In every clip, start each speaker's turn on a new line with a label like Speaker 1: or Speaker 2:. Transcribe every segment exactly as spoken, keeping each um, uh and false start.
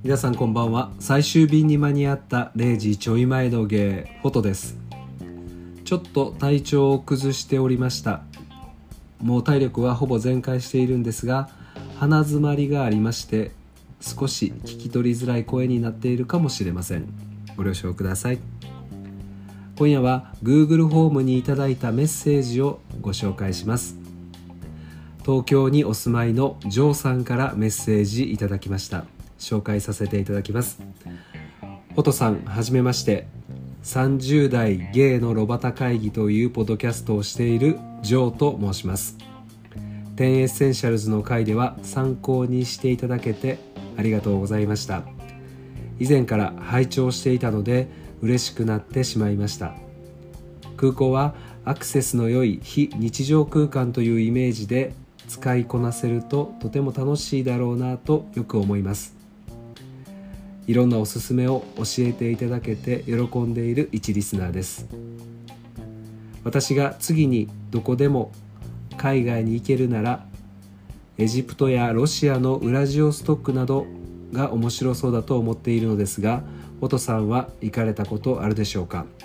Speaker 1: 皆さんこんばんは。最終便に間に合ったれいじちょい前の芸フォトです。ちょっと体調を崩しておりました。もう体力はほぼ全開しているんですが、鼻づまりがありまして少し聞き取りづらい声になっているかもしれません。ご了承ください。今夜は Google ホームにいただいたメッセージをご紹介します。東京にお住まいのジョーさんからメッセージいただきました。紹介させていただきます。フォトさん、はじめまして。さんじゅう代ゲイのロバタ会議というポッドキャストをしているジョーと申します。テンエッセンシャルズの回では参考にしていただけてありがとうございました。以前から拝聴していたので嬉しくなってしまいました。空港はアクセスの良い非日常空間というイメージで使いこなせるととても楽しいだろうなとよく思います。いろんなおすすめを教えていただけて喜んでいる一リスナーです。私が次にどこでも海外に行けるならエジプトやロシアのウラジオストックなどが面白そうだと思っているのですが、フォトさんは行かれたことあるでしょうか。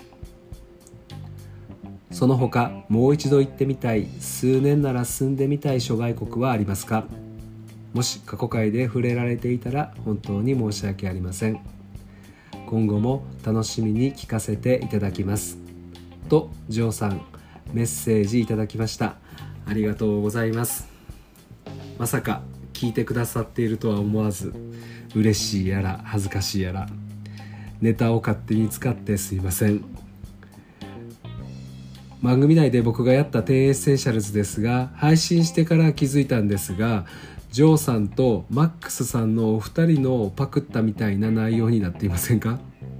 Speaker 1: その他もう一度行ってみたい、数年なら住んでみたい諸外国はありますか。もし過去回で触れられていたら本当に申し訳ありません。今後も楽しみに聞かせていただきますとジョーさんメッセージいただきました。ありがとうございます。まさか聞いてくださっているとは思わず、嬉しいやら恥ずかしいやら、ネタを勝手に使ってすいません。番組内で僕がやったテンエッセンシャルズですが、配信してから気づいたんですが、ジョーさんとマックスさんのお二人のパクったみたいな内容になっていませんか。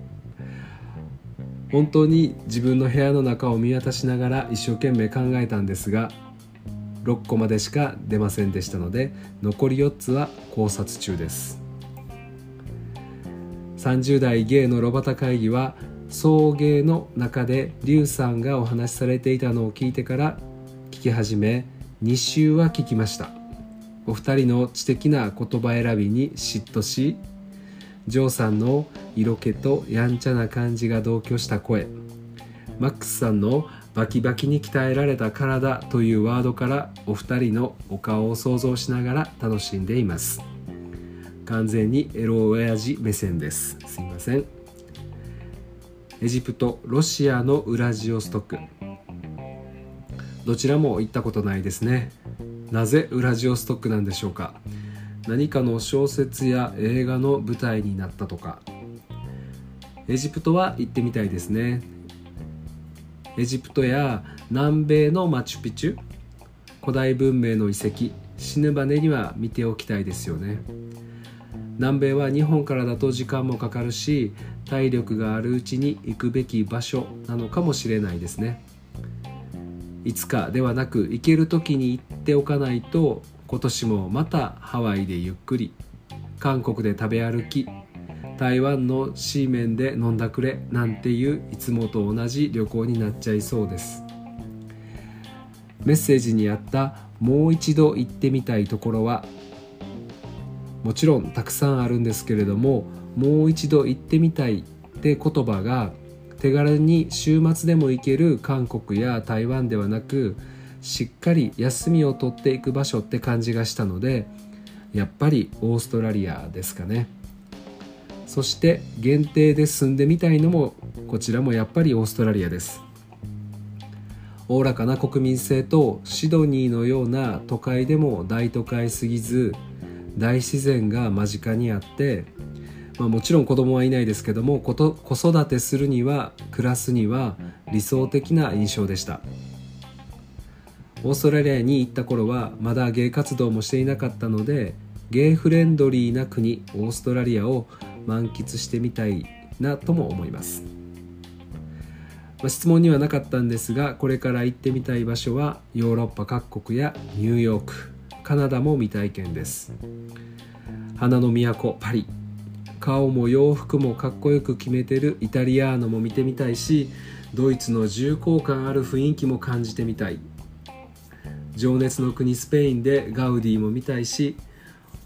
Speaker 1: 本当に自分の部屋の中を見渡しながら一生懸命考えたんですが、ろっこまでしか出ませんでしたので、残りよっつは考察中です。さんじゅう代ゲイのロバタ会議は送迎の中でリュウさんがお話しされていたのを聞いてから聞き始め、に週は聞きました。お二人の知的な言葉選びに嫉妬し、ジョーさんの色気とやんちゃな感じが同居した声、マックスさんのバキバキに鍛えられた体というワードからお二人のお顔を想像しながら楽しんでいます。完全にエロ親父目線です。すいません。エジプト、ロシアのウラジオストク、どちらも行ったことないですね。なぜウラジオストクなんでしょうか。何かの小説や映画の舞台になったとか。エジプトは行ってみたいですね。エジプトや南米のマチュピチュ、古代文明の遺跡、死ぬまでには見ておきたいですよね。南米は日本からだと時間もかかるし、体力があるうちに行くべき場所なのかもしれないですね。いつかではなく、行ける時に行っておかないと、今年もまたハワイでゆっくり、韓国で食べ歩き、台湾のシーメンで飲んだくれなんていういつもと同じ旅行になっちゃいそうです。メッセージにあったもう一度行ってみたいところはもちろんたくさんあるんですけれども、もう一度行ってみたいって言葉が手軽に週末でも行ける韓国や台湾ではなく、しっかり休みを取っていく場所って感じがしたので、やっぱりオーストラリアですかね。そして限定で住んでみたいのも、こちらもやっぱりオーストラリアです。おおらかな国民性とシドニーのような都会でも大都会すぎず、大自然が間近にあって、まあ、もちろん子供はいないですけども、子と子育てするには暮らすには理想的な印象でした。オーストラリアに行った頃はまだゲイ活動もしていなかったので、ゲイフレンドリーな国オーストラリアを満喫してみたいなとも思います。まあ、質問にはなかったんですが、これから行ってみたい場所はヨーロッパ各国やニューヨーク、カナダも未体験です。花の都パリ、顔も洋服もかっこよく決めてるイタリアーノも見てみたいし、ドイツの重厚感ある雰囲気も感じてみたい。情熱の国スペインでガウディも見たいし、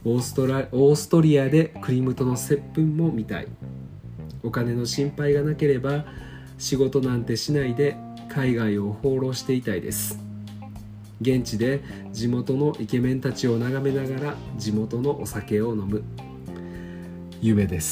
Speaker 1: オーストラオーストリアでクリムトの接吻も見たい。お金の心配がなければ仕事なんてしないで海外を放浪していたいです。現地で地元のイケメンたちを眺めながら地元のお酒を飲む夢です。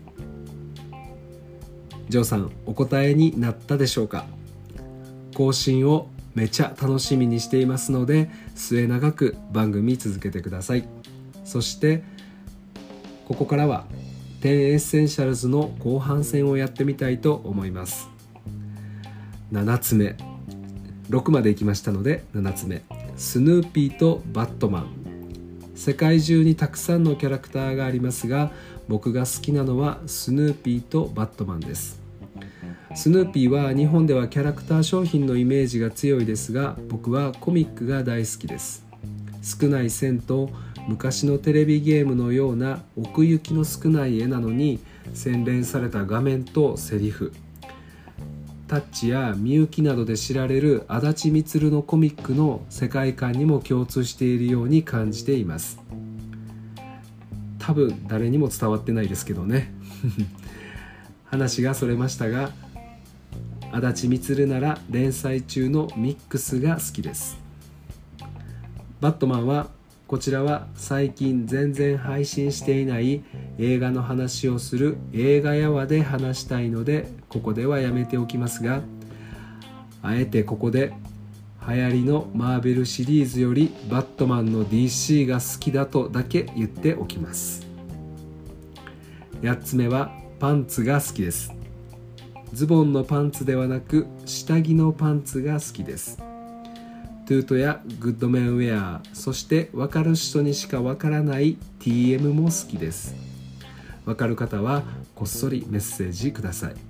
Speaker 1: ジョーさん、お答えになったでしょうか。更新をめちゃ楽しみにしていますので、末永く番組続けてください。そしてここからはテンエッセンシャルズの後半戦をやってみたいと思います。ななつめ、ろくまで行きましたのでななつめ、スヌーピーとバットマン。世界中にたくさんのキャラクターがありますが、僕が好きなのはスヌーピーとバットマンです。スヌーピーは日本ではキャラクター商品のイメージが強いですが、僕はコミックが大好きです。少ない線と昔のテレビゲームのような奥行きの少ない絵なのに、洗練された画面とセリフ、タッチやみゆきなどで知られる足立満のコミックの世界観にも共通しているように感じています。多分誰にも伝わってないですけどね話がそれましたが、足立満なら連載中のミックスが好きです。バットマンは、こちらは最近全然配信していない映画の話をする映画やわで話したいので、ここではやめておきますが、あえてここで流行りのマーベルシリーズよりバットマンの ディーシー が好きだとだけ言っておきます。やっつめはパンツが好きです。ズボンのパンツではなく下着のパンツが好きです。トゥートやグッドメンウェア、そして分かる人にしか分からない ティーエム も好きです。分かる方はこっそりメッセージください。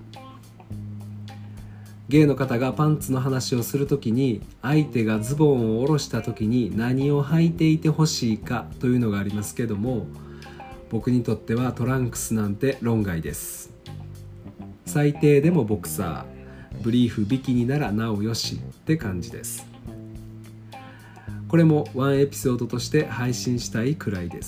Speaker 1: ゲイの方がパンツの話をするときに、相手がズボンを下ろしたときに何を履いていてほしいかというのがありますけども、僕にとってはトランクスなんて論外です。最低でもボクサー、ブリーフビキニならなおよしって感じです。これもワンエピソードとして配信したいくらいです。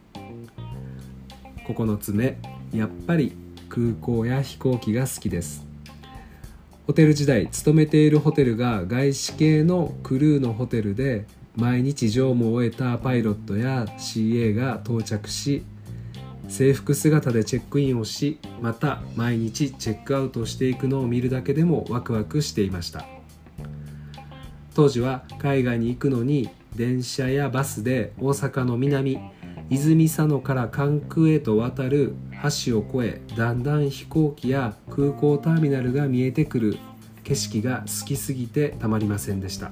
Speaker 1: ここのつめ、やっぱり空港や飛行機が好きです。ホテル時代勤めているホテルが外資系のクルーのホテルで、毎日乗務を終えたパイロットや シーエー が到着し、制服姿でチェックインをし、また毎日チェックアウトしていくのを見るだけでもワクワクしていました。当時は海外に行くのに電車やバスで大阪の南泉佐野から関空へと渡る橋を越え、だんだん飛行機や空港ターミナルが見えてくる景色が好きすぎてたまりませんでした。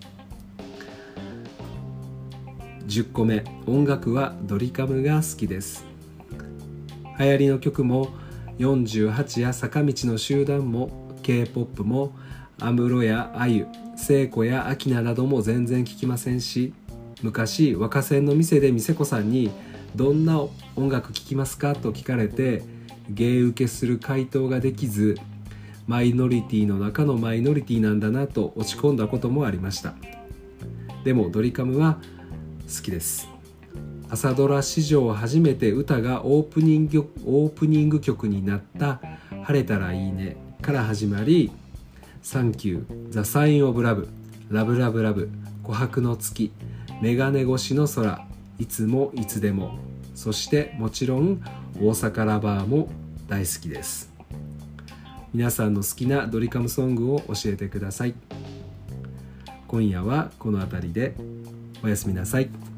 Speaker 1: じゅっこめ、音楽はドリカムが好きです。流行りの曲もよんじゅうはちや坂道の集団も ケーポップ も安室やあゆ、聖子やアキナなども全然聞きませんし、昔若線の店で店子さんにどんな音楽聴きますかと聞かれて、芸受けする回答ができず、マイノリティの中のマイノリティなんだなと落ち込んだこともありました。でもドリカムは好きです。朝ドラ史上初めて歌がオープニング、オープニング曲になった晴れたらいいねから始まり、サンキュー、ザサインオブラブ、ラブラブラブ、琥珀の月、メガネ越しの空、いつもいつでも、そしてもちろん大阪ラバーも大好きです。皆さんの好きなドリカムソングを教えてください。今夜はこの辺りでおやすみなさい。